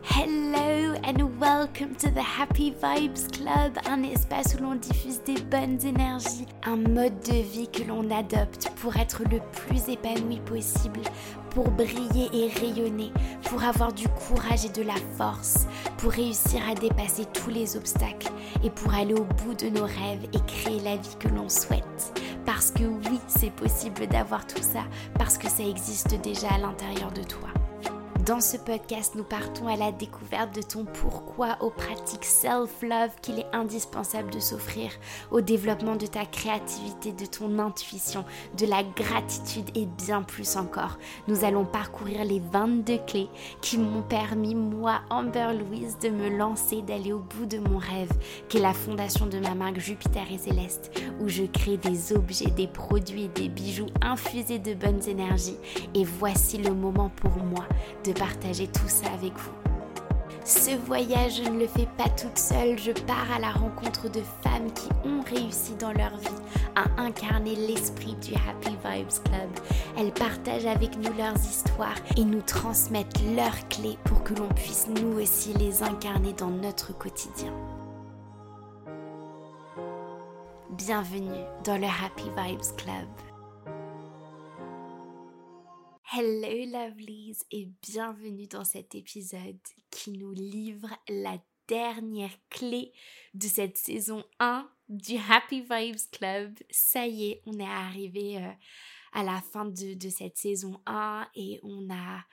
Hello and welcome to the Happy Vibes Club, un espace où l'on diffuse des bonnes énergies, un mode de vie que l'on adopte pour être le plus épanoui possible, pour briller et rayonner, pour avoir du courage et de la force, pour réussir à dépasser tous les obstacles et pour aller au bout de nos rêves et créer la vie que l'on souhaite. Parce que oui, c'est possible d'avoir tout ça, parce que ça existe déjà à l'intérieur de toi. Dans ce podcast, nous partons à la découverte de ton pourquoi, aux pratiques self-love qu'il est indispensable de s'offrir, au développement de ta créativité, de ton intuition, de la gratitude et bien plus encore. Nous allons parcourir les 22 clés qui m'ont permis, moi, Amber Louise, de me lancer, d'aller au bout de mon rêve, qui est la fondation de ma marque Jupiter et Céleste, où je crée des objets, des produits, des bijoux infusés de bonnes énergies. Et voici le moment pour moi de partager tout ça avec vous. Ce voyage, je ne le fais pas toute seule, je pars à la rencontre de femmes qui ont réussi dans leur vie à incarner l'esprit du Happy Vibes Club. Elles partagent avec nous leurs histoires et nous transmettent leurs clés pour que l'on puisse nous aussi les incarner dans notre quotidien. Bienvenue dans le Happy Vibes Club. Hello lovelies et bienvenue dans cet épisode qui nous livre la dernière clé de cette saison 1 du Happy Vibes Club. Ça y est, on est arrivé à la fin de cette saison 1 et on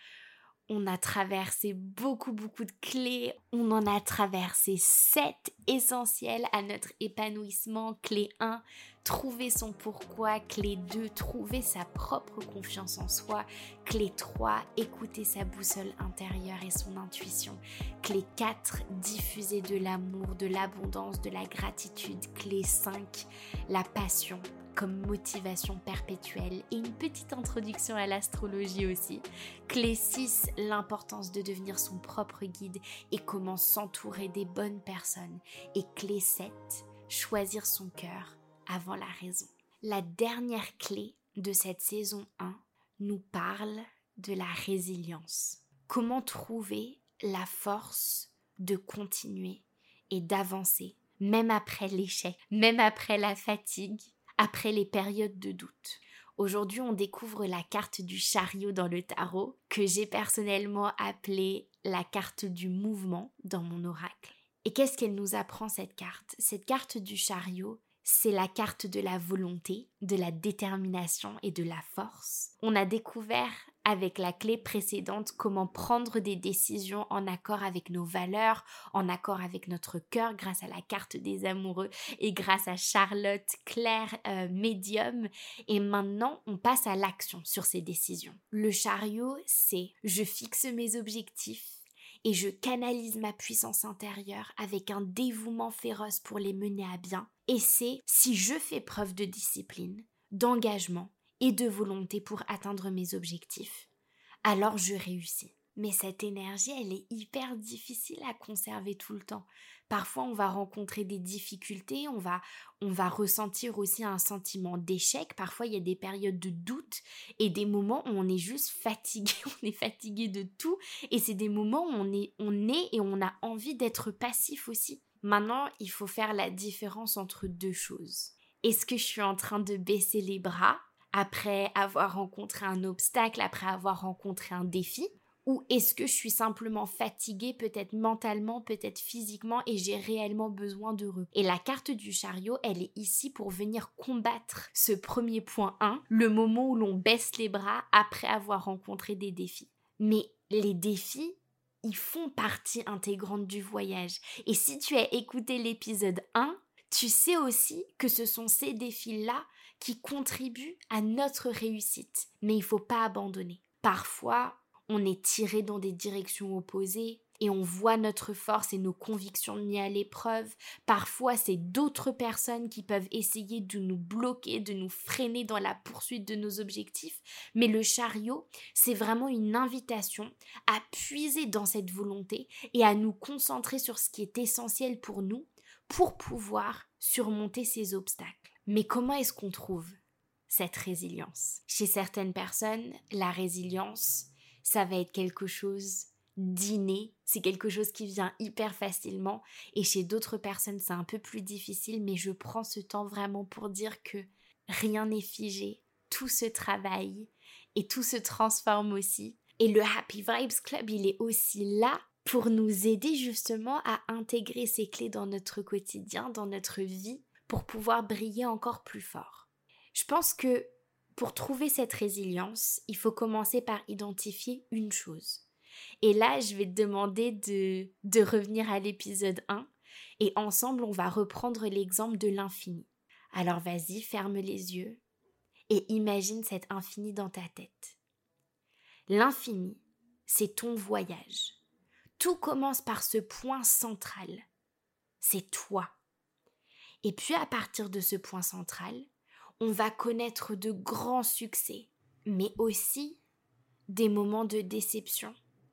a traversé beaucoup de clés. On en a traversé 7 essentielles à notre épanouissement. Clé 1, trouver son pourquoi. Clé 2, trouver sa propre confiance en soi. Clé 3, écouter sa boussole intérieure et son intuition. Clé 4, diffuser de l'amour, de l'abondance, de la gratitude. Clé 5, la passion comme motivation perpétuelle et une petite introduction à l'astrologie aussi. Clé 6, l'importance de devenir son propre guide et comment s'entourer des bonnes personnes. Et clé 7, choisir son cœur avant la raison. La dernière clé de cette saison 1 nous parle de la résilience. Comment trouver la force de continuer et d'avancer, même après l'échec, même après la fatigue, après les périodes de doute. Aujourd'hui, on découvre la carte du chariot dans le tarot, que j'ai personnellement appelée la carte du mouvement dans mon oracle. Et qu'est-ce qu'elle nous apprend cette carte ? Cette carte du chariot, c'est la carte de la volonté, de la détermination et de la force. On a découvert avec la clé précédente comment prendre des décisions en accord avec nos valeurs, en accord avec notre cœur grâce à la carte des amoureux et grâce à Charlotte, Claire, médium. Et maintenant, on passe à l'action sur ces décisions. Le chariot, c'est je fixe mes objectifs et je canalise ma puissance intérieure avec un dévouement féroce pour les mener à bien. Et c'est si je fais preuve de discipline, d'engagement et de volonté pour atteindre mes objectifs, alors je réussis. Mais cette énergie, elle est hyper difficile à conserver tout le temps. Parfois, on va rencontrer des difficultés, on va ressentir aussi un sentiment d'échec. Parfois, il y a des périodes de doute et des moments où on est juste fatigué, on est fatigué de tout. Et c'est des moments où on est et on a envie d'être passif aussi. Maintenant, il faut faire la différence entre deux choses. Est-ce que je suis en train de baisser les bras après avoir rencontré un obstacle, après avoir rencontré un défi ? Ou est-ce que je suis simplement fatiguée, peut-être mentalement, peut-être physiquement, et j'ai réellement besoin de repos ? Et la carte du chariot, elle est ici pour venir combattre ce premier point 1, le moment où l'on baisse les bras après avoir rencontré des défis. Mais les défis, ils font partie intégrante du voyage. Et si tu as écouté l'épisode 1, tu sais aussi que ce sont ces défis-là qui contribuent à notre réussite. Mais il ne faut pas abandonner. Parfois, on est tiré dans des directions opposées et on voit notre force et nos convictions mis à l'épreuve. Parfois, c'est d'autres personnes qui peuvent essayer de nous bloquer, de nous freiner dans la poursuite de nos objectifs. Mais le chariot, c'est vraiment une invitation à puiser dans cette volonté et à nous concentrer sur ce qui est essentiel pour nous pour pouvoir surmonter ces obstacles. Mais comment est-ce qu'on trouve cette résilience ? Chez certaines personnes, la résilience, ça va être quelque chose d'inné, c'est quelque chose qui vient hyper facilement et chez d'autres personnes c'est un peu plus difficile, mais je prends ce temps vraiment pour dire que rien n'est figé, tout se travaille et tout se transforme aussi. Et le Happy Vibes Club, il est aussi là pour nous aider justement à intégrer ces clés dans notre quotidien, dans notre vie, pour pouvoir briller encore plus fort. Je pense que pour trouver cette résilience, il faut commencer par identifier une chose. Et là, je vais te demander de revenir à l'épisode 1 et ensemble, on va reprendre l'exemple de l'infini. Alors vas-y, ferme les yeux et imagine cet infini dans ta tête. L'infini, c'est ton voyage. Tout commence par ce point central. C'est toi. Et puis à partir de ce point central, on va connaître de grands succès, mais aussi des moments de déception,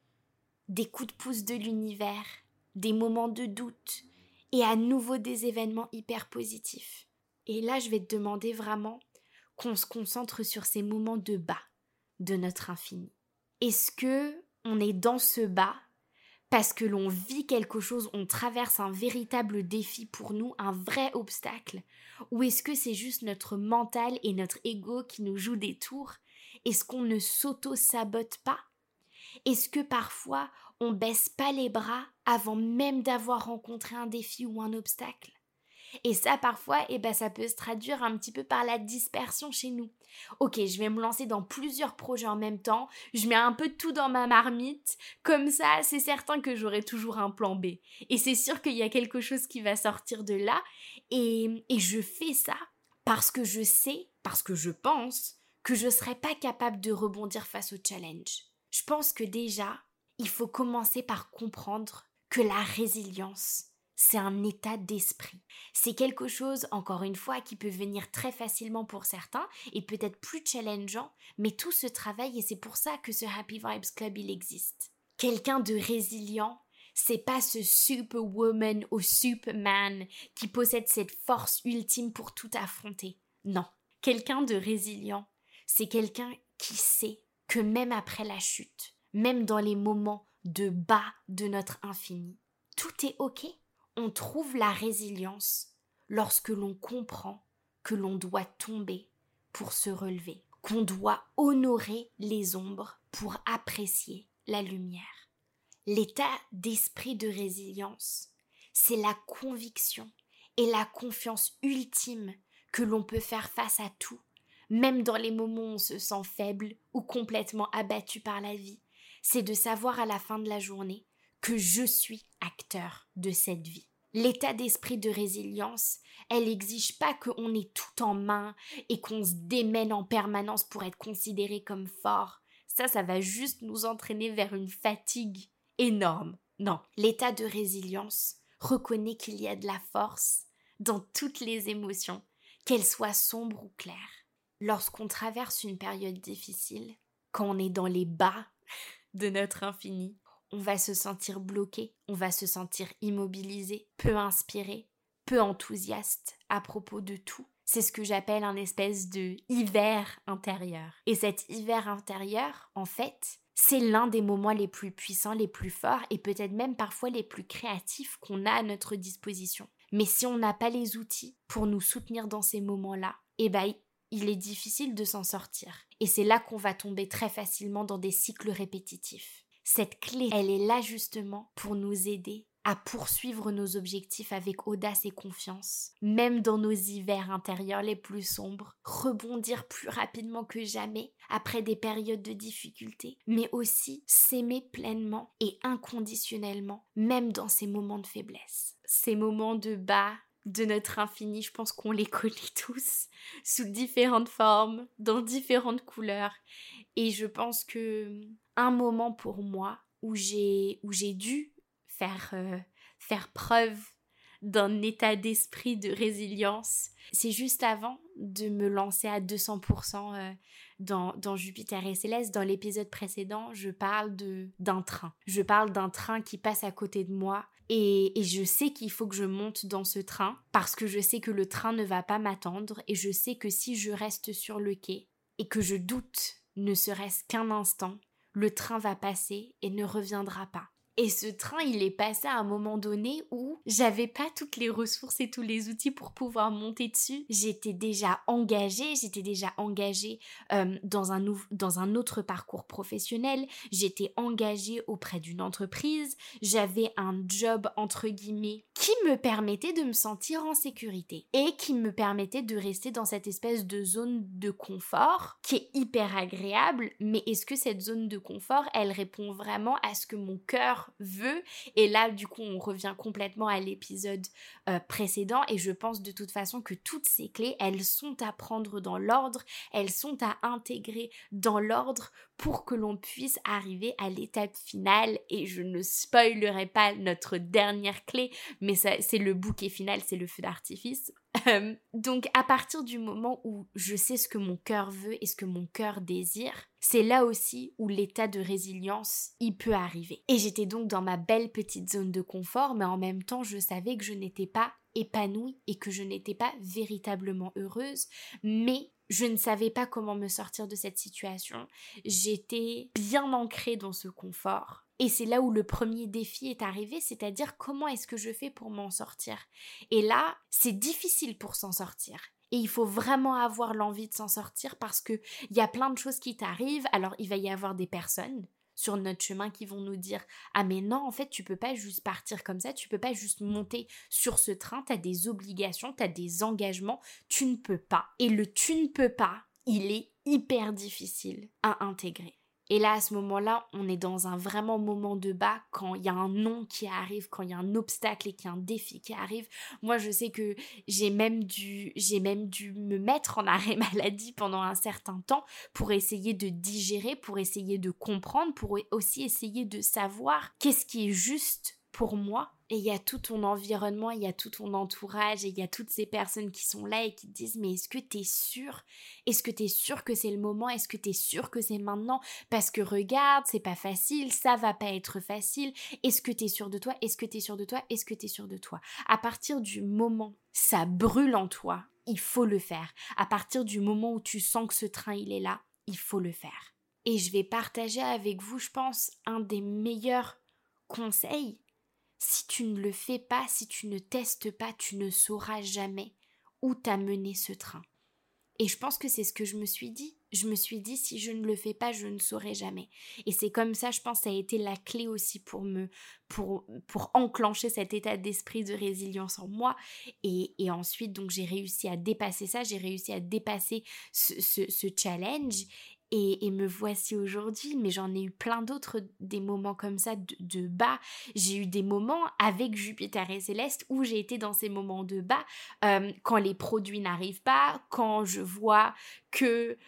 des coups de pouce de l'univers, des moments de doute et à nouveau des événements hyper positifs. Et là, je vais te demander vraiment qu'on se concentre sur ces moments de bas de notre infini. Est-ce que on est dans ce bas parce que l'on vit quelque chose, on traverse un véritable défi pour nous, un vrai obstacle, ou est-ce que c'est juste notre mental et notre ego qui nous jouent des tours? Est-ce qu'on ne s'auto-sabote pas? Est-ce que parfois on baisse pas les bras avant même d'avoir rencontré un défi ou un obstacle? Et ça, parfois, ça peut se traduire un petit peu par la dispersion chez nous. Ok, je vais me lancer dans plusieurs projets en même temps, je mets un peu de tout dans ma marmite, comme ça, c'est certain que j'aurai toujours un plan B. Et c'est sûr qu'il y a quelque chose qui va sortir de là, et je fais ça parce que je sais, parce que je pense que je ne serai pas capable de rebondir face au challenge. Je pense que déjà, il faut commencer par comprendre que la résilience, c'est un état d'esprit. C'est quelque chose, encore une fois, qui peut venir très facilement pour certains et peut-être plus challengeant, mais tout se travaille et c'est pour ça que ce Happy Vibes Club, il existe. Quelqu'un de résilient, c'est pas ce superwoman ou superman qui possède cette force ultime pour tout affronter. Non. Quelqu'un de résilient, c'est quelqu'un qui sait que même après la chute, même dans les moments de bas de notre infini, tout est ok. On trouve la résilience lorsque l'on comprend que l'on doit tomber pour se relever, qu'on doit honorer les ombres pour apprécier la lumière. L'état d'esprit de résilience, c'est la conviction et la confiance ultime que l'on peut faire face à tout, même dans les moments où on se sent faible ou complètement abattu par la vie. C'est de savoir à la fin de la journée que je suis acteur de cette vie. L'état d'esprit de résilience, elle n'exige pas qu'on ait tout en main et qu'on se démène en permanence pour être considéré comme fort. Ça va juste nous entraîner vers une fatigue énorme. Non, l'état de résilience reconnaît qu'il y a de la force dans toutes les émotions, qu'elles soient sombres ou claires. Lorsqu'on traverse une période difficile, quand on est dans les bas de notre infini, on va se sentir bloqué, on va se sentir immobilisé, peu inspiré, peu enthousiaste à propos de tout. C'est ce que j'appelle un espèce de hiver intérieur. Et cet hiver intérieur, en fait, c'est l'un des moments les plus puissants, les plus forts et peut-être même parfois les plus créatifs qu'on a à notre disposition. Mais si on n'a pas les outils pour nous soutenir dans ces moments-là, il est difficile de s'en sortir. Et c'est là qu'on va tomber très facilement dans des cycles répétitifs. Cette clé, elle est là justement pour nous aider à poursuivre nos objectifs avec audace et confiance, même dans nos hivers intérieurs les plus sombres, rebondir plus rapidement que jamais après des périodes de difficulté, mais aussi s'aimer pleinement et inconditionnellement, même dans ces moments de faiblesse. Ces moments de bas de notre infini, je pense qu'on les connaît tous, sous différentes formes, dans différentes couleurs, et je pense que un moment pour moi où j'ai dû faire preuve d'un état d'esprit de résilience, c'est juste avant de me lancer à 200% dans Jupiter et Céleste. Dans l'épisode précédent, je parle d'un train. Je parle d'un train qui passe à côté de moi et je sais qu'il faut que je monte dans ce train parce que je sais que le train ne va pas m'attendre et je sais que si je reste sur le quai et que je doute ne serait-ce qu'un instant, le train va passer et ne reviendra pas. Et ce train, il est passé à un moment donné où j'avais pas toutes les ressources et tous les outils pour pouvoir monter dessus. J'étais déjà engagée dans un autre parcours professionnel. J'étais engagée auprès d'une entreprise. J'avais un job, entre guillemets, qui me permettait de me sentir en sécurité et qui me permettait de rester dans cette espèce de zone de confort qui est hyper agréable. Mais est-ce que cette zone de confort, elle répond vraiment à ce que mon cœur veut? Et là, du coup, on revient complètement à l'épisode précédent, et je pense de toute façon que toutes ces clés, elles sont à prendre dans l'ordre, elles sont à intégrer dans l'ordre pour que l'on puisse arriver à l'étape finale. Et je ne spoilerai pas notre dernière clé, mais ça, c'est le bouquet final, c'est le feu d'artifice. Donc à partir du moment où je sais ce que mon cœur veut et ce que mon cœur désire, c'est là aussi où l'état de résilience il peut arriver. Et j'étais donc dans ma belle petite zone de confort, mais en même temps je savais que je n'étais pas épanouie et que je n'étais pas véritablement heureuse, mais je ne savais pas comment me sortir de cette situation. J'étais bien ancrée dans ce confort. Et c'est là où le premier défi est arrivé, c'est-à-dire comment est-ce que je fais pour m'en sortir. Et là, c'est difficile pour s'en sortir. Et il faut vraiment avoir l'envie de s'en sortir parce qu'il y a plein de choses qui t'arrivent. Alors, il va y avoir des personnes sur notre chemin qui vont nous dire « Ah mais non, en fait, tu peux pas juste partir comme ça, tu peux pas juste monter sur ce train, t'as des obligations, t'as des engagements, tu ne peux pas. » Et le « tu ne peux pas », il est hyper difficile à intégrer. Et là, à ce moment-là, on est dans un vraiment moment de bas quand il y a un non qui arrive, quand il y a un obstacle et qu'il y a un défi qui arrive. Moi, je sais que j'ai même dû me mettre en arrêt maladie pendant un certain temps pour essayer de digérer, pour essayer de comprendre, pour aussi essayer de savoir qu'est-ce qui est juste pour moi. Et il y a tout ton environnement, il y a tout ton entourage et il y a toutes ces personnes qui sont là et qui te disent « Mais est-ce que t'es sûr ? Est-ce que t'es sûr que c'est le moment ? Est-ce que t'es sûr que c'est maintenant ? Parce que regarde, c'est pas facile, ça va pas être facile. Est-ce que t'es sûr de toi ? Est-ce que t'es sûr de toi ? Est-ce que t'es sûr de toi ?» À partir du moment ça brûle en toi, il faut le faire. À partir du moment où tu sens que ce train il est là, il faut le faire. Et je vais partager avec vous, je pense, un des meilleurs conseils. Si tu ne le fais pas, si tu ne testes pas, tu ne sauras jamais où t'a mené ce train. Et je pense que c'est ce que je me suis dit. Je me suis dit, si je ne le fais pas, je ne saurai jamais. Et c'est comme ça, je pense, ça a été la clé aussi pour enclencher cet état d'esprit de résilience en moi. Et ensuite, donc, j'ai réussi à dépasser ça, j'ai réussi à dépasser ce challenge. Et me voici aujourd'hui, mais j'en ai eu plein d'autres, des moments comme ça de bas. J'ai eu des moments avec Jupiter et Céleste où j'ai été dans ces moments de bas, quand les produits n'arrivent pas, quand je vois que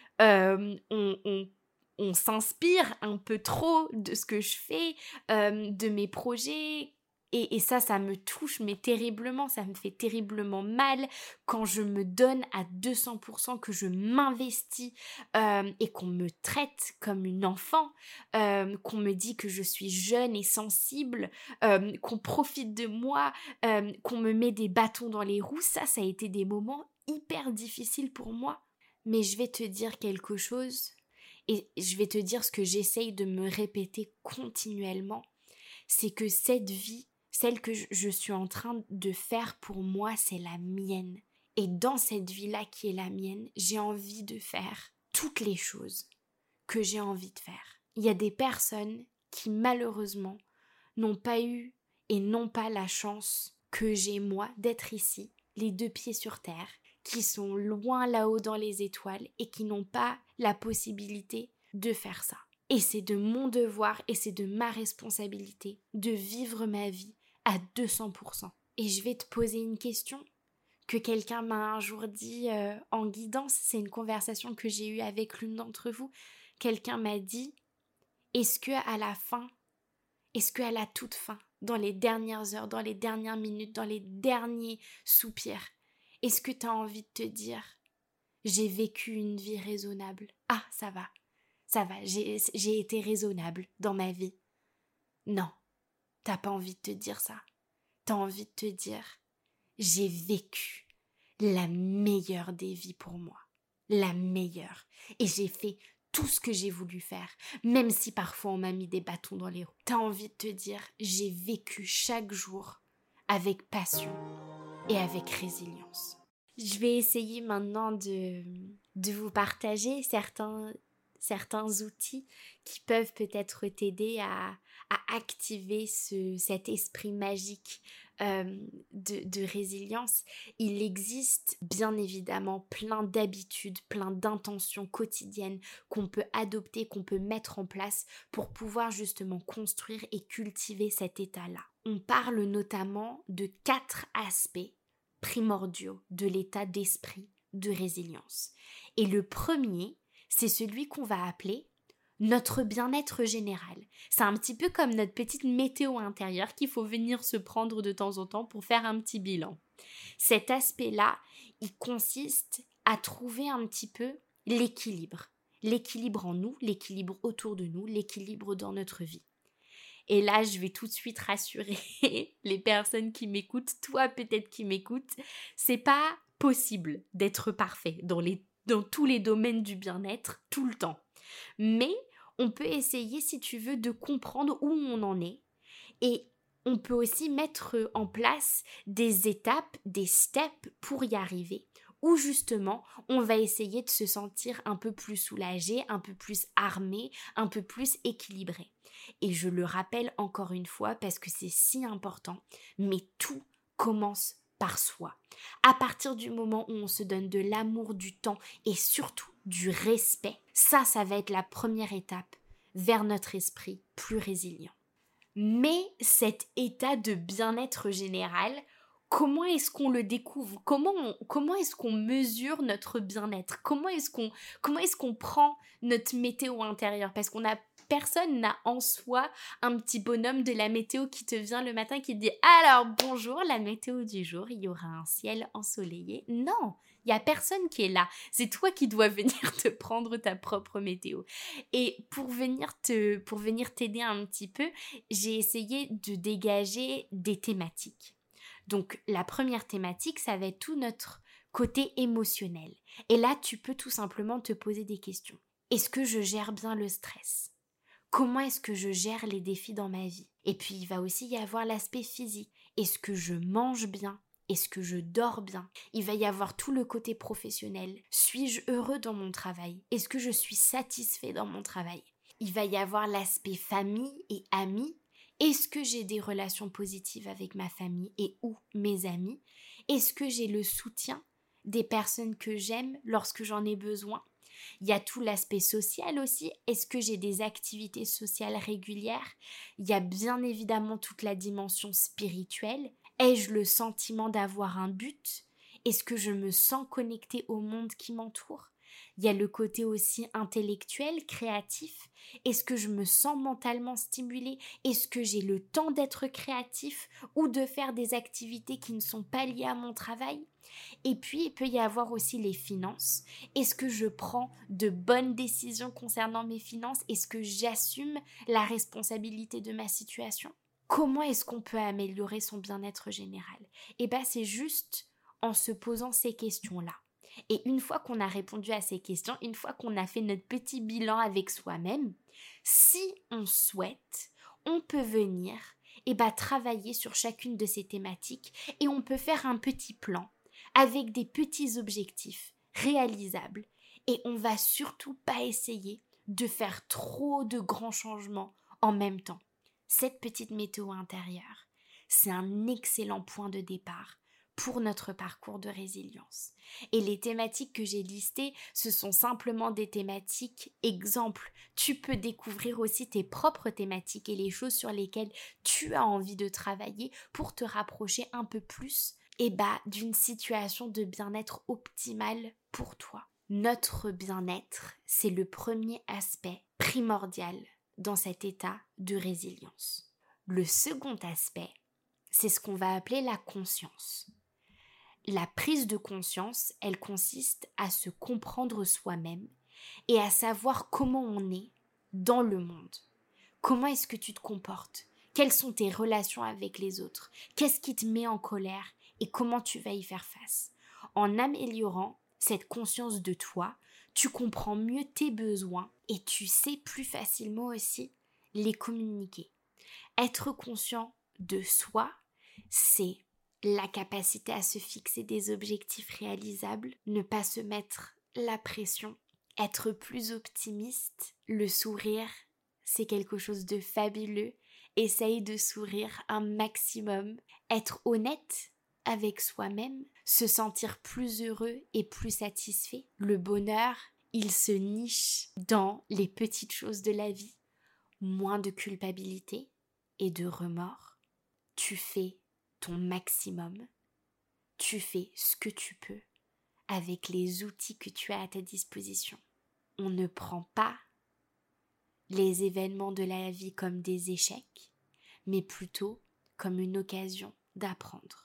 on s'inspire un peu trop de ce que je fais, de mes projets. Et ça me touche, mais terriblement, ça me fait terriblement mal quand je me donne à 200%, que je m'investis et qu'on me traite comme une enfant, qu'on me dit que je suis jeune et sensible, qu'on profite de moi, qu'on me met des bâtons dans les roues. Ça a été des moments hyper difficiles pour moi. Mais je vais te dire quelque chose et je vais te dire ce que j'essaye de me répéter continuellement. C'est que cette vie, celle que je suis en train de faire pour moi, c'est la mienne. Et dans cette vie-là qui est la mienne, j'ai envie de faire toutes les choses que j'ai envie de faire. Il y a des personnes qui malheureusement n'ont pas eu et n'ont pas la chance que j'ai moi d'être ici, les deux pieds sur terre, qui sont loin là-haut dans les étoiles et qui n'ont pas la possibilité de faire ça. Et c'est de mon devoir et c'est de ma responsabilité de vivre ma vie à 200%. Et je vais te poser une question que quelqu'un m'a un jour dit en guidance. C'est une conversation que j'ai eue avec l'une d'entre vous. Quelqu'un m'a dit, est-ce que à la toute fin, dans les dernières heures, dans les dernières minutes, dans les derniers soupirs, est-ce que tu as envie de te dire, j'ai vécu une vie raisonnable? Ah, ça va, j'ai été raisonnable dans ma vie. Non, t'as pas envie de te dire ça. T'as envie de te dire, j'ai vécu la meilleure des vies pour moi. La meilleure. Et j'ai fait tout ce que j'ai voulu faire, même si parfois on m'a mis des bâtons dans les roues. T'as envie de te dire, j'ai vécu chaque jour avec passion et avec résilience. Je vais essayer maintenant de vous partager certains outils qui peuvent peut-être t'aider à activer cet esprit magique de résilience. Il existe bien évidemment plein d'habitudes, plein d'intentions quotidiennes qu'on peut adopter, qu'on peut mettre en place pour pouvoir justement construire et cultiver cet état-là. On parle notamment de 4 aspects primordiaux de l'état d'esprit de résilience. Et le premier, c'est celui qu'on va appeler notre bien-être général. C'est un petit peu comme notre petite météo intérieure qu'il faut venir se prendre de temps en temps pour faire un petit bilan. Cet aspect-là, il consiste à trouver un petit peu l'équilibre. L'équilibre en nous, l'équilibre autour de nous, l'équilibre dans notre vie. Et là, je vais tout de suite rassurer les personnes qui m'écoutent, toi peut-être qui m'écoutes, c'est pas possible d'être parfait dans tous les domaines du bien-être tout le temps. Mais on peut essayer, si tu veux, de comprendre où on en est. Et on peut aussi mettre en place des étapes, des steps pour y arriver, où justement, on va essayer de se sentir un peu plus soulagé, un peu plus armé, un peu plus équilibré. Et je le rappelle encore une fois parce que c'est si important, mais tout commence par soi. À partir du moment où on se donne de l'amour, du temps et surtout du respect, ça va être la première étape vers notre esprit plus résilient. Mais cet état de bien-être général, comment est-ce qu'on le découvre? Comment est-ce qu'on mesure notre bien-être? Comment est-ce qu'on prend notre météo intérieure? Parce personne n'a en soi un petit bonhomme de la météo qui te vient le matin qui te dit « Alors bonjour, la météo du jour, il y aura un ciel ensoleillé. » Non, il n'y a personne qui est là. C'est toi qui dois venir te prendre ta propre météo. Et pour venir t'aider un petit peu, j'ai essayé de dégager des thématiques. Donc la première thématique, ça va être tout notre côté émotionnel. Et là, tu peux tout simplement te poser des questions. Est-ce que je gère bien le stress? Comment est-ce que je gère les défis dans ma vie? Et puis, il va aussi y avoir l'aspect physique. Est-ce que je mange bien? Est-ce que je dors bien? Il va y avoir tout le côté professionnel. Suis-je heureux dans mon travail? Est-ce que je suis satisfait dans mon travail? Il va y avoir l'aspect famille et amis. Est-ce que j'ai des relations positives avec ma famille et ou mes amis? Est-ce que j'ai le soutien des personnes que j'aime lorsque j'en ai besoin? Il y a tout l'aspect social aussi. Est-ce que j'ai des activités sociales régulières? Il y a bien évidemment toute la dimension spirituelle. Ai-je le sentiment d'avoir un but? Est-ce que je me sens connectée au monde qui m'entoure? Il y a le côté aussi intellectuel, créatif. Est-ce que je me sens mentalement stimulée? Est-ce que j'ai le temps d'être créatif ou de faire des activités qui ne sont pas liées à mon travail? Et puis, il peut y avoir aussi les finances. Est-ce que je prends de bonnes décisions concernant mes finances? Est-ce que j'assume la responsabilité de ma situation? Comment est-ce qu'on peut améliorer son bien-être général? Eh bien, c'est juste en se posant ces questions-là. Et une fois qu'on a répondu à ces questions, une fois qu'on a fait notre petit bilan avec soi-même, si on souhaite, on peut venir travailler sur chacune de ces thématiques et on peut faire un petit plan avec des petits objectifs réalisables et on va surtout pas essayer de faire trop de grands changements en même temps. Cette petite météo intérieure, c'est un excellent point de départ pour notre parcours de résilience. Et les thématiques que j'ai listées, ce sont simplement des thématiques exemples. Tu peux découvrir aussi tes propres thématiques et les choses sur lesquelles tu as envie de travailler pour te rapprocher un peu plus d'une situation de bien-être optimale pour toi. Notre bien-être, c'est le premier aspect primordial dans cet état de résilience. Le second aspect, c'est ce qu'on va appeler la conscience. La prise de conscience, elle consiste à se comprendre soi-même et à savoir comment on est dans le monde. Comment est-ce que tu te comportes? Quelles sont tes relations avec les autres? Qu'est-ce qui te met en colère et comment tu vas y faire face? En améliorant cette conscience de toi, tu comprends mieux tes besoins et tu sais plus facilement aussi les communiquer. Être conscient de soi, c'est la capacité à se fixer des objectifs réalisables, ne pas se mettre la pression, être plus optimiste, le sourire, c'est quelque chose de fabuleux. Essaye de sourire un maximum, être honnête avec soi-même, se sentir plus heureux et plus satisfait. Le bonheur, il se niche dans les petites choses de la vie. Moins de culpabilité et de remords. Tu fais ton maximum. Tu fais ce que tu peux avec les outils que tu as à ta disposition. On ne prend pas les événements de la vie comme des échecs, mais plutôt comme une occasion d'apprendre.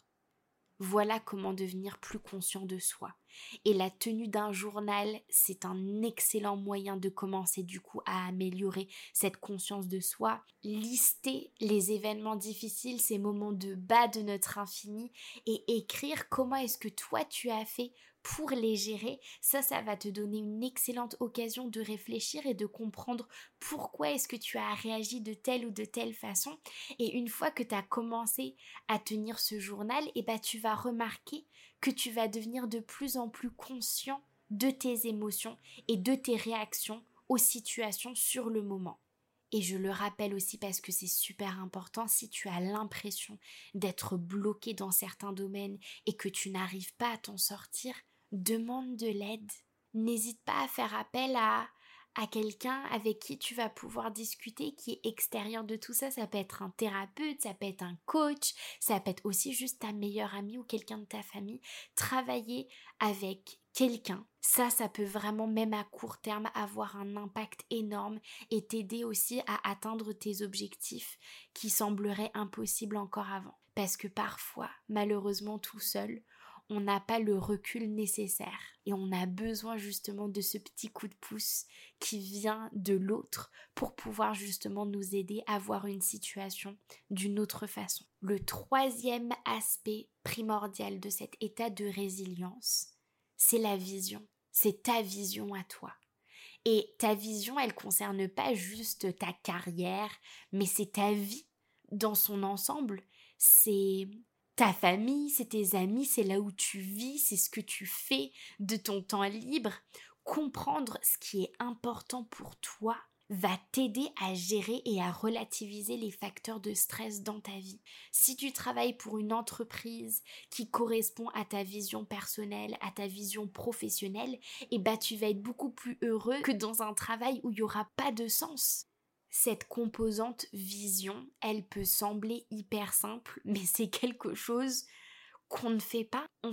Voilà comment devenir plus conscient de soi. Et la tenue d'un journal, c'est un excellent moyen de commencer du coup à améliorer cette conscience de soi. Lister les événements difficiles, ces moments de bas de notre infini, et écrire comment est-ce que toi tu as fait pour les gérer, ça va te donner une excellente occasion de réfléchir et de comprendre pourquoi est-ce que tu as réagi de telle ou de telle façon. Et une fois que tu as commencé à tenir ce journal, tu vas remarquer que tu vas devenir de plus en plus conscient de tes émotions et de tes réactions aux situations sur le moment. Et je le rappelle aussi parce que c'est super important, si tu as l'impression d'être bloqué dans certains domaines et que tu n'arrives pas à t'en sortir, demande de l'aide. N'hésite pas à faire appel à quelqu'un avec qui tu vas pouvoir discuter, qui est extérieur de tout ça. Ça peut être un thérapeute, ça peut être un coach, ça peut être aussi juste ta meilleure amie ou quelqu'un de ta famille. Travailler avec quelqu'un, ça peut vraiment, même à court terme, avoir un impact énorme et t'aider aussi à atteindre tes objectifs qui sembleraient impossibles encore avant. Parce que parfois, malheureusement, tout seul, on n'a pas le recul nécessaire et on a besoin justement de ce petit coup de pouce qui vient de l'autre pour pouvoir justement nous aider à voir une situation d'une autre façon. Le troisième aspect primordial de cet état de résilience, c'est la vision. C'est ta vision à toi. Et ta vision, elle concerne pas juste ta carrière, mais c'est ta vie dans son ensemble. C'est ta famille, c'est tes amis, c'est là où tu vis, c'est ce que tu fais de ton temps libre. Comprendre ce qui est important pour toi va t'aider à gérer et à relativiser les facteurs de stress dans ta vie. Si tu travailles pour une entreprise qui correspond à ta vision personnelle, à ta vision professionnelle, tu vas être beaucoup plus heureux que dans un travail où il n'y aura pas de sens. Cette composante vision, elle peut sembler hyper simple, mais c'est quelque chose qu'on ne fait pas. On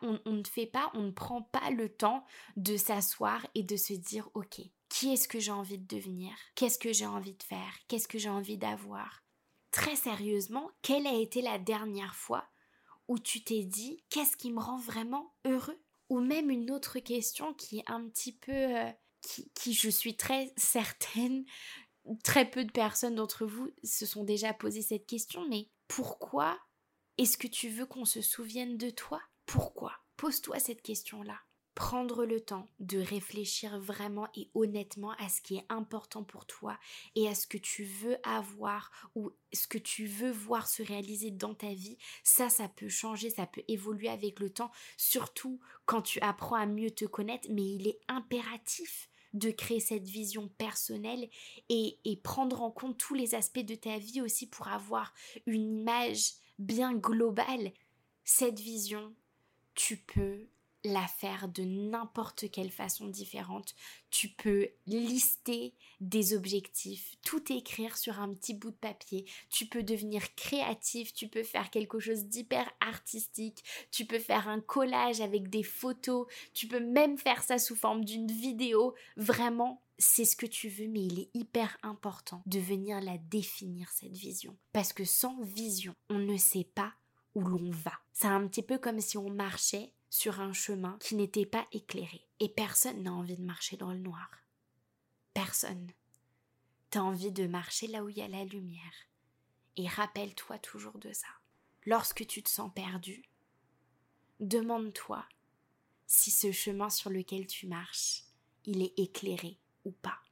ne prend pas le temps de s'asseoir et de se dire ok, qui est-ce que j'ai envie de devenir? Qu'est-ce que j'ai envie de faire? Qu'est-ce que j'ai envie d'avoir? Très sérieusement, quelle a été la dernière fois où tu t'es dit qu'est-ce qui me rend vraiment heureux? Ou même une autre question qui est un petit peu... qui je suis très certaine, très peu de personnes d'entre vous se sont déjà posé cette question, mais pourquoi est-ce que tu veux qu'on se souvienne de toi? Pourquoi? Pose-toi cette question-là. Prendre le temps de réfléchir vraiment et honnêtement à ce qui est important pour toi et à ce que tu veux avoir ou ce que tu veux voir se réaliser dans ta vie, ça peut changer, ça peut évoluer avec le temps, surtout quand tu apprends à mieux te connaître, mais il est impératif de créer cette vision personnelle et prendre en compte tous les aspects de ta vie aussi pour avoir une image bien globale. Cette vision, tu peux la faire de n'importe quelle façon différente. Tu peux lister des objectifs, tout écrire sur un petit bout de papier. Tu peux devenir créatif, tu peux faire quelque chose d'hyper artistique, tu peux faire un collage avec des photos, tu peux même faire ça sous forme d'une vidéo. Vraiment, c'est ce que tu veux, mais il est hyper important de venir la définir, cette vision. Parce que sans vision, on ne sait pas où l'on va. C'est un petit peu comme si on marchait sur un chemin qui n'était pas éclairé. Et personne n'a envie de marcher dans le noir. Personne. T'as envie de marcher là où il y a la lumière. Et rappelle-toi toujours de ça. Lorsque tu te sens perdu, demande-toi si ce chemin sur lequel tu marches, il est éclairé ou pas.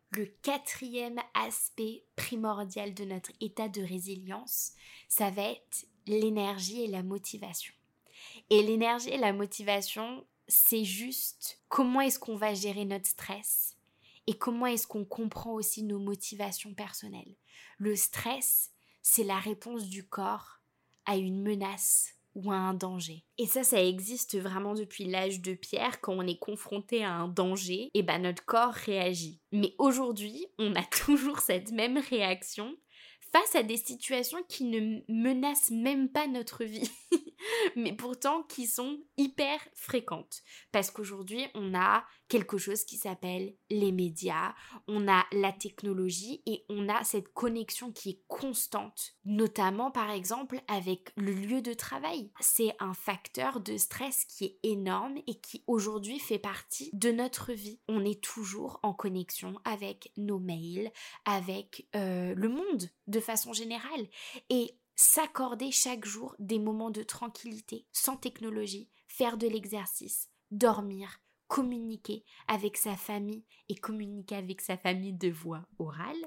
Le quatrième aspect primordial de notre état de résilience, ça va être l'énergie et la motivation. Et l'énergie et la motivation, c'est juste comment est-ce qu'on va gérer notre stress et comment est-ce qu'on comprend aussi nos motivations personnelles. Le stress, c'est la réponse du corps à une menace ou à un danger. Et ça existe vraiment depuis l'âge de pierre. Quand on est confronté à un danger, et ben notre corps réagit. Mais aujourd'hui, on a toujours cette même réaction face à des situations qui ne menacent même pas notre vie, mais pourtant qui sont hyper fréquentes. Parce qu'aujourd'hui, on a quelque chose qui s'appelle les médias, on a la technologie et on a cette connexion qui est constante, notamment par exemple avec le lieu de travail. C'est un facteur de stress qui est énorme et qui aujourd'hui fait partie de notre vie. On est toujours en connexion avec nos mails, avec le monde de façon générale. Et s'accorder chaque jour des moments de tranquillité, sans technologie, faire de l'exercice, dormir, communiquer avec sa famille et communiquer avec sa famille de voix orale,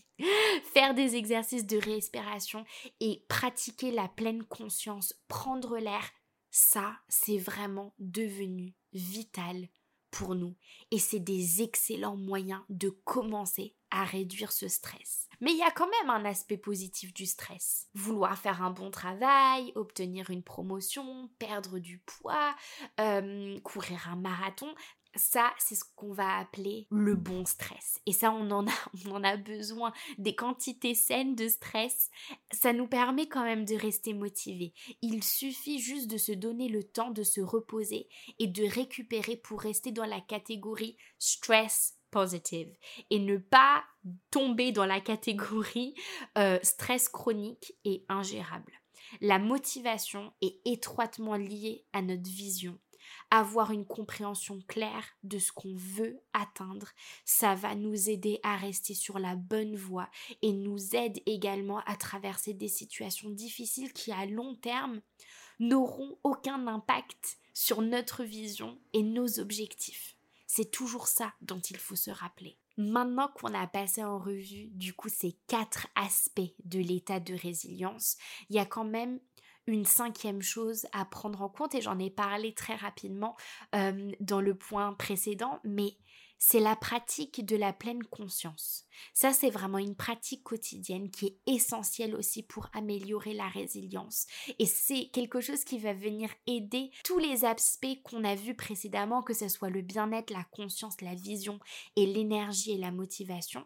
faire des exercices de respiration et pratiquer la pleine conscience, prendre l'air, ça, c'est vraiment devenu vital pour nous. Et c'est des excellents moyens de commencer à réduire ce stress. Mais il y a quand même un aspect positif du stress. Vouloir faire un bon travail, obtenir une promotion, perdre du poids, courir un marathon, ça, c'est ce qu'on va appeler le bon stress. Et ça, on en a besoin. Des quantités saines de stress, ça nous permet quand même de rester motivés. Il suffit juste de se donner le temps de se reposer et de récupérer pour rester dans la catégorie stress positive et ne pas tomber dans la catégorie stress chronique et ingérable. La motivation est étroitement liée à notre vision. Avoir une compréhension claire de ce qu'on veut atteindre, ça va nous aider à rester sur la bonne voie et nous aide également à traverser des situations difficiles qui à long terme n'auront aucun impact sur notre vision et nos objectifs. C'est toujours ça dont il faut se rappeler. Maintenant qu'on a passé en revue du coup ces 4 aspects de l'état de résilience, il y a quand même une 5e chose à prendre en compte et j'en ai parlé très rapidement dans le point précédent, mais c'est la pratique de la pleine conscience. Ça, c'est vraiment une pratique quotidienne qui est essentielle aussi pour améliorer la résilience. Et c'est quelque chose qui va venir aider tous les aspects qu'on a vus précédemment, que ce soit le bien-être, la conscience, la vision et l'énergie et la motivation.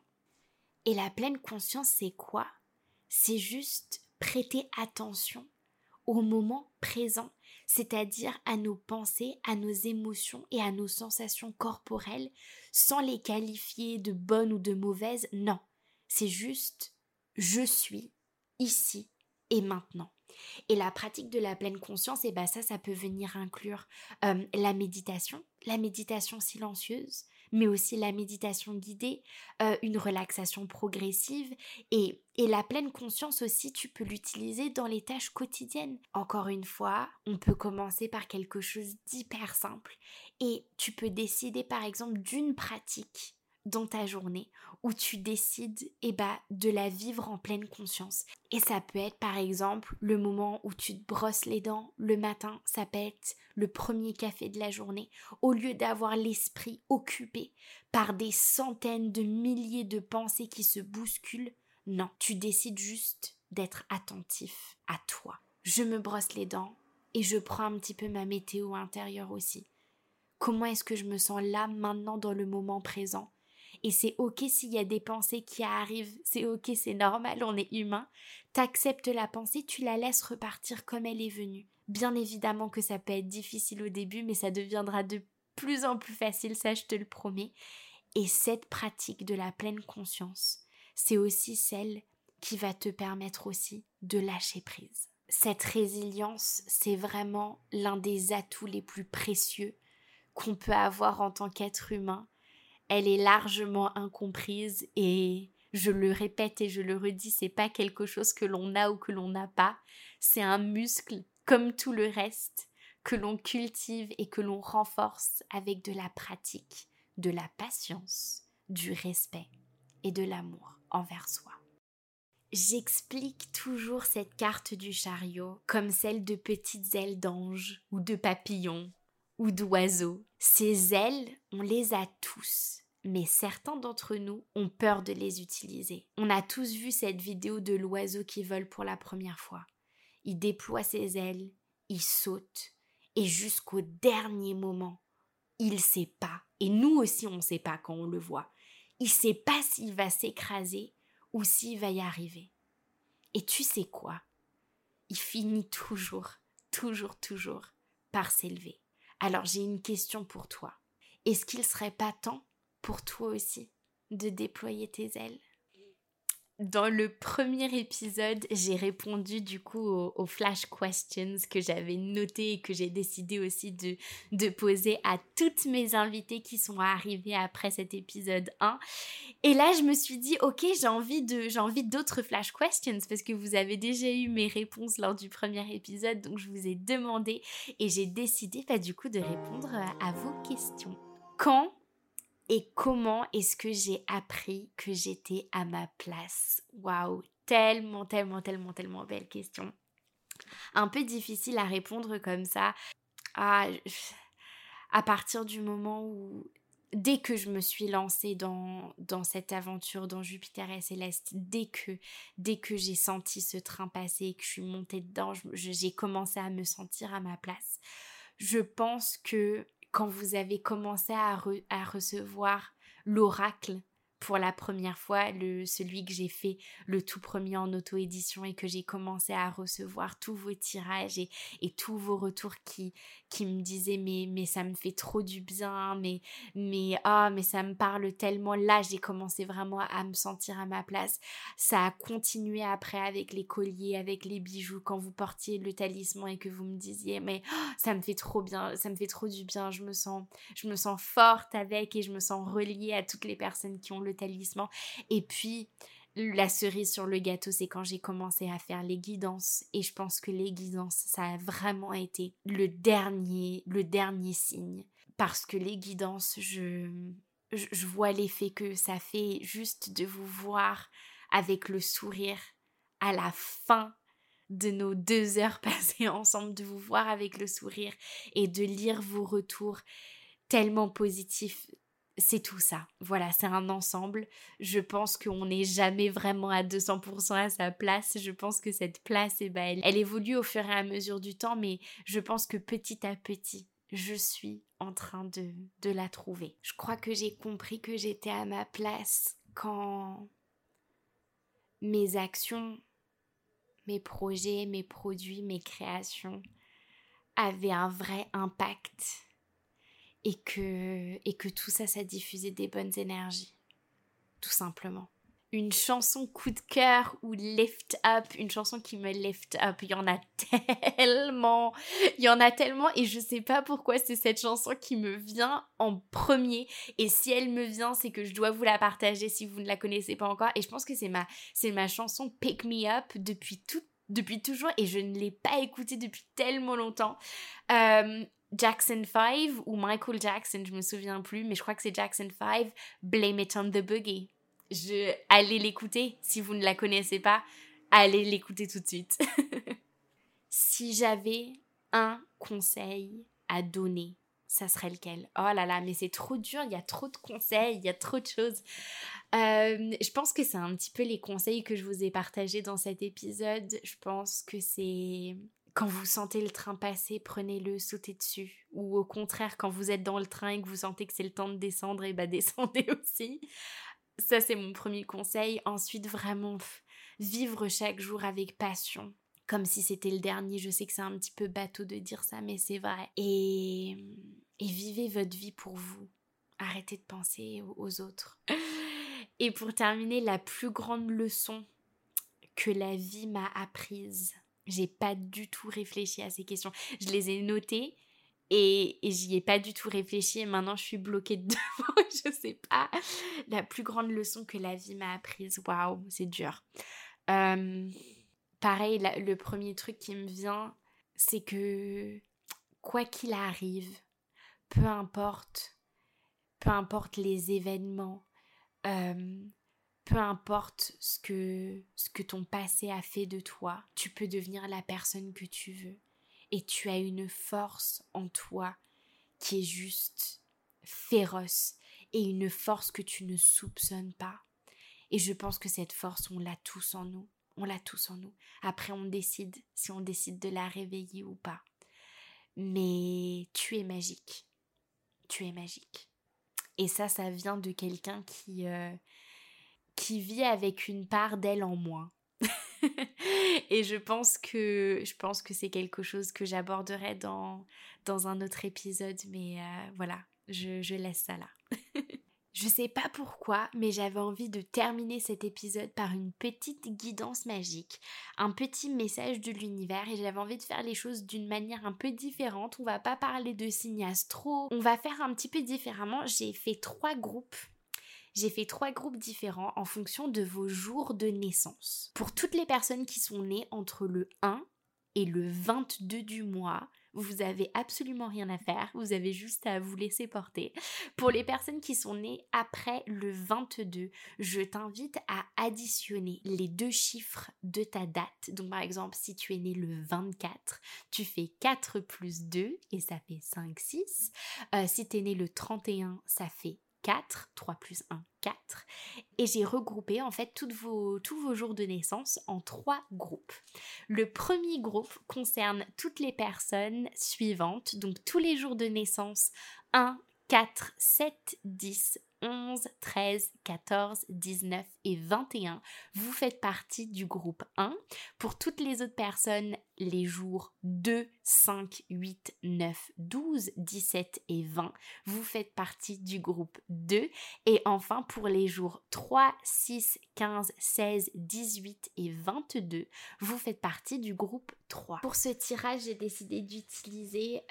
Et la pleine conscience, c'est quoi? C'est juste prêter attention au moment présent, c'est-à-dire à nos pensées, à nos émotions et à nos sensations corporelles, sans les qualifier de bonnes ou de mauvaises, non. C'est juste je suis ici et maintenant. Et la pratique de la pleine conscience, et ça peut venir inclure la méditation silencieuse, mais aussi la méditation guidée, une relaxation progressive et la pleine conscience aussi, tu peux l'utiliser dans les tâches quotidiennes. Encore une fois, on peut commencer par quelque chose d'hyper simple et tu peux décider par exemple d'une pratique dans ta journée où tu décides de la vivre en pleine conscience. Et ça peut être par exemple le moment où tu te brosses les dents le matin, ça peut être le premier café de la journée. Au lieu d'avoir l'esprit occupé par des centaines de milliers de pensées qui se bousculent, non, tu décides juste d'être attentif à toi. Je me brosse les dents et je prends un petit peu ma météo intérieure aussi. Comment est-ce que je me sens là, maintenant, dans le moment présent ? Et c'est ok s'il y a des pensées qui arrivent, c'est ok, c'est normal, on est humain. T'acceptes la pensée, tu la laisses repartir comme elle est venue. Bien évidemment que ça peut être difficile au début, mais ça deviendra de plus en plus facile, ça je te le promets. Et cette pratique de la pleine conscience, c'est aussi celle qui va te permettre aussi de lâcher prise. Cette résilience, c'est vraiment l'un des atouts les plus précieux qu'on peut avoir en tant qu'être humain. Elle est largement incomprise et je le répète et je le redis, c'est pas quelque chose que l'on a ou que l'on n'a pas. C'est un muscle comme tout le reste que l'on cultive et que l'on renforce avec de la pratique, de la patience, du respect et de l'amour envers soi. J'explique toujours cette carte du chariot comme celle de petites ailes d'ange ou de papillons ou d'oiseaux. Ces ailes, on les a tous, mais certains d'entre nous ont peur de les utiliser. On a tous vu cette vidéo de l'oiseau qui vole pour la première fois. Il déploie ses ailes, il saute et jusqu'au dernier moment, il sait pas. Et nous aussi, on sait pas quand on le voit. Il sait pas s'il va s'écraser ou s'il va y arriver. Et tu sais quoi? Il finit toujours par s'élever. Alors j'ai une question pour toi. Est-ce qu'il serait pas temps pour toi aussi de déployer tes ailes? Dans le premier épisode, j'ai répondu du coup aux flash questions que j'avais notées et que j'ai décidé aussi de poser à toutes mes invitées qui sont arrivées après cet épisode 1. Et là, je me suis dit, ok, j'ai envie d'autres flash questions parce que vous avez déjà eu mes réponses lors du premier épisode, donc je vous ai demandé et j'ai décidé du coup de répondre à vos questions. Quand et comment est-ce que j'ai appris que j'étais à ma place? Waouh, tellement belle question. Un peu difficile à répondre comme ça. À partir du moment où, dès que je me suis lancée dans cette aventure, dans Jupiter et Céleste, dès que j'ai senti ce train passer et que je suis montée dedans, j'ai commencé à me sentir à ma place. Je pense que quand vous avez commencé à recevoir l'oracle pour la première fois, celui que j'ai fait le tout premier en auto-édition et que j'ai commencé à recevoir tous vos tirages et tous vos retours qui me disaient mais ça me fait trop du bien, mais ça me parle tellement. Là, j'ai commencé vraiment à me sentir à ma place. Ça a continué après avec les colliers, avec les bijoux, quand vous portiez le talisman et que vous me disiez mais ça me fait trop bien, ça me fait trop du bien, je me sens forte avec et je me sens reliée à toutes les personnes qui ont le talisman. Et puis la cerise sur le gâteau, c'est quand j'ai commencé à faire les guidances, et je pense que les guidances, ça a vraiment été le dernier signe, parce que les guidances, je vois l'effet que ça fait juste de vous voir avec le sourire à la fin de nos 2 heures passées ensemble, de vous voir avec le sourire et de lire vos retours tellement positifs. C'est tout ça. Voilà, c'est un ensemble. Je pense qu'on n'est jamais vraiment à 200% à sa place. Je pense que cette place, elle évolue au fur et à mesure du temps, mais je pense que petit à petit, je suis en train de la trouver. Je crois que j'ai compris que j'étais à ma place quand mes actions, mes projets, mes produits, mes créations avaient un vrai impact et que tout ça, ça diffusait des bonnes énergies, tout simplement. Une chanson coup de cœur ou lift up, une chanson qui me lift up, il y en a tellement et je sais pas pourquoi c'est cette chanson qui me vient en premier, et si elle me vient, c'est que je dois vous la partager si vous ne la connaissez pas encore, et je pense que c'est ma chanson Pick Me Up depuis toujours, et je ne l'ai pas écoutée depuis tellement longtemps. Jackson 5 ou Michael Jackson, je me souviens plus, mais je crois que c'est Jackson 5, Blame It on the Boogie. Allez l'écouter, si vous ne la connaissez pas, allez l'écouter tout de suite. Si j'avais un conseil à donner, ça serait lequel? Oh là là, mais c'est trop dur, il y a trop de conseils, il y a trop de choses. Je pense que c'est un petit peu les conseils que je vous ai partagés dans cet épisode. Je pense que c'est... Quand vous sentez le train passer, prenez-le, sautez dessus. Ou au contraire, quand vous êtes dans le train et que vous sentez que c'est le temps de descendre, et descendez aussi. Ça, c'est mon premier conseil. Ensuite, vraiment, vivre chaque jour avec passion, comme si c'était le dernier. Je sais que c'est un petit peu bateau de dire ça, mais c'est vrai. Et vivez votre vie pour vous. Arrêtez de penser aux autres. Et pour terminer, la plus grande leçon que la vie m'a apprise. J'ai pas du tout réfléchi à ces questions. Je les ai notées et j'y ai pas du tout réfléchi, et maintenant je suis bloquée dedans. Je sais pas. La plus grande leçon que la vie m'a apprise. Waouh, c'est dur. Pareil, le premier truc qui me vient, c'est que quoi qu'il arrive, peu importe les événements, peu importe ce que ton passé a fait de toi, tu peux devenir la personne que tu veux. Et tu as une force en toi qui est juste féroce et une force que tu ne soupçonnes pas. Et je pense que cette force, on l'a tous en nous. On l'a tous en nous. Après, on décide si on décide de la réveiller ou pas. Mais tu es magique. Tu es magique. Et ça vient de quelqu'un qui vit avec une part d'elle en moins. Et je pense que c'est quelque chose que j'aborderai dans un autre épisode, mais voilà, je laisse ça là. Je sais pas pourquoi, mais j'avais envie de terminer cet épisode par une petite guidance magique, un petit message de l'univers, et j'avais envie de faire les choses d'une manière un peu différente. On va pas parler de signes astro, on va faire un petit peu différemment. J'ai fait 3 groupes différents en fonction de vos jours de naissance. Pour toutes les personnes qui sont nées entre le 1 et le 22 du mois, vous avez absolument rien à faire, vous avez juste à vous laisser porter. Pour les personnes qui sont nées après le 22, je t'invite à additionner les 2 chiffres de ta date. Donc par exemple, si tu es né le 24, tu fais 4 plus 2 et ça fait 5, 6. Si tu es né le 31, ça fait 4, 3 plus 1, 4. Et j'ai regroupé en fait tous vos jours de naissance en 3 groupes. Le premier groupe concerne toutes les personnes suivantes, donc tous les jours de naissance 1, 4, 7, 10, 11, 13, 14, 19 et 21. Vous faites partie du groupe 1. Pour toutes les autres personnes, les jours 2, 5, 8, 9, 12, 17 et 20, vous faites partie du groupe 2. Et enfin, pour les jours 3, 6, 15, 16, 18 et 22, vous faites partie du groupe 3. Pour ce tirage, j'ai décidé d'utiliser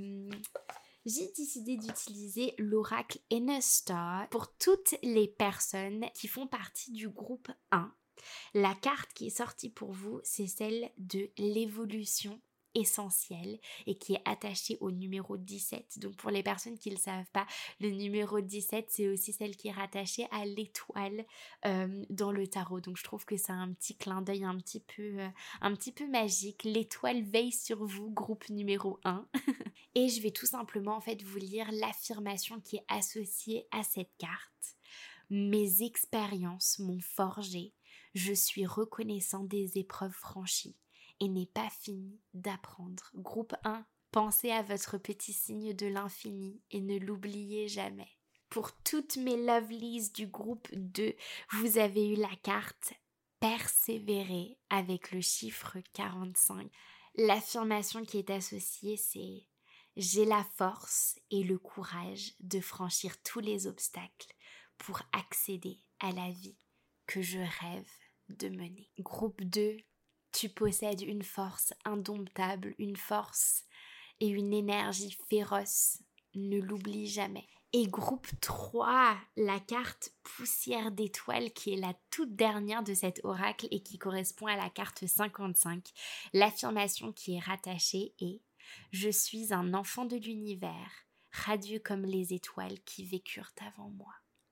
l'oracle Inner Star pour toutes les personnes qui font partie du groupe 1. La carte qui est sortie pour vous, c'est celle de l'évolution essentielle et qui est attachée au numéro 17. Donc pour les personnes qui ne le savent pas, le numéro 17, c'est aussi celle qui est rattachée à l'étoile dans le tarot. Donc je trouve que c'est un petit clin d'œil un petit peu magique. L'étoile veille sur vous, groupe numéro 1. Et je vais tout simplement en fait vous lire l'affirmation qui est associée à cette carte. Mes expériences m'ont forgé. Je suis reconnaissant des épreuves franchies et n'ai pas fini d'apprendre. Groupe 1, pensez à votre petit signe de l'infini et ne l'oubliez jamais. Pour toutes mes lovelies du groupe 2, vous avez eu la carte persévérer avec le chiffre 45. L'affirmation qui est associée, c'est j'ai la force et le courage de franchir tous les obstacles pour accéder à la vie que je rêve de mener. Groupe 2, tu possèdes une force indomptable, une force et une énergie féroce. Ne l'oublie jamais. Et groupe 3, la carte poussière d'étoiles qui est la toute dernière de cet oracle et qui correspond à la carte 55. L'affirmation qui est rattachée est « Je suis un enfant de l'univers, radieux comme les étoiles qui vécurent avant moi ».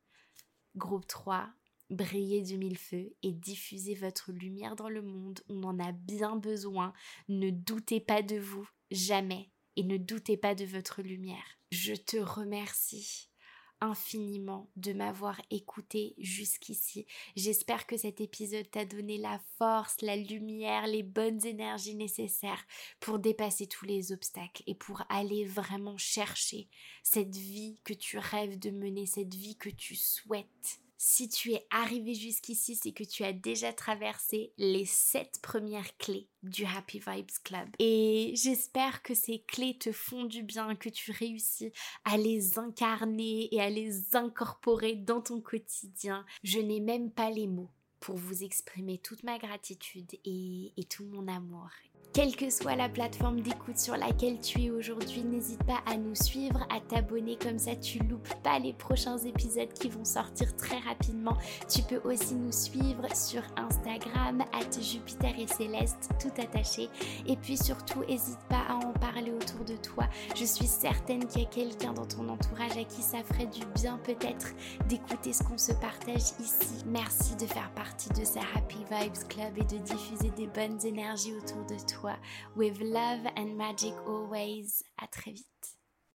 Groupe 3, brillez du mille-feux et diffusez votre lumière dans le monde. On en a bien besoin. Ne doutez pas de vous, jamais. Et ne doutez pas de votre lumière. Je te remercie infiniment de m'avoir écouté jusqu'ici. J'espère que cet épisode t'a donné la force, la lumière, les bonnes énergies nécessaires pour dépasser tous les obstacles et pour aller vraiment chercher cette vie que tu rêves de mener, cette vie que tu souhaites. Si tu es arrivé jusqu'ici, c'est que tu as déjà traversé les 7 premières clés du Happy Vibes Club. Et j'espère que ces clés te font du bien, que tu réussis à les incarner et à les incorporer dans ton quotidien. Je n'ai même pas les mots pour vous exprimer toute ma gratitude et tout mon amour. Quelle que soit la plateforme d'écoute sur laquelle tu es aujourd'hui, n'hésite pas à nous suivre, à t'abonner, comme ça tu loupes pas les prochains épisodes qui vont sortir très rapidement. Tu peux aussi nous suivre sur Instagram @Jupiter et Céleste, tout attaché. Et puis surtout, n'hésite pas à en parler autour de toi. Je suis certaine qu'il y a quelqu'un dans ton entourage à qui ça ferait du bien peut-être d'écouter ce qu'on se partage ici. Merci de faire partie de ce Happy Vibes Club et de diffuser des bonnes énergies autour de toi. With love and magic always. À très vite.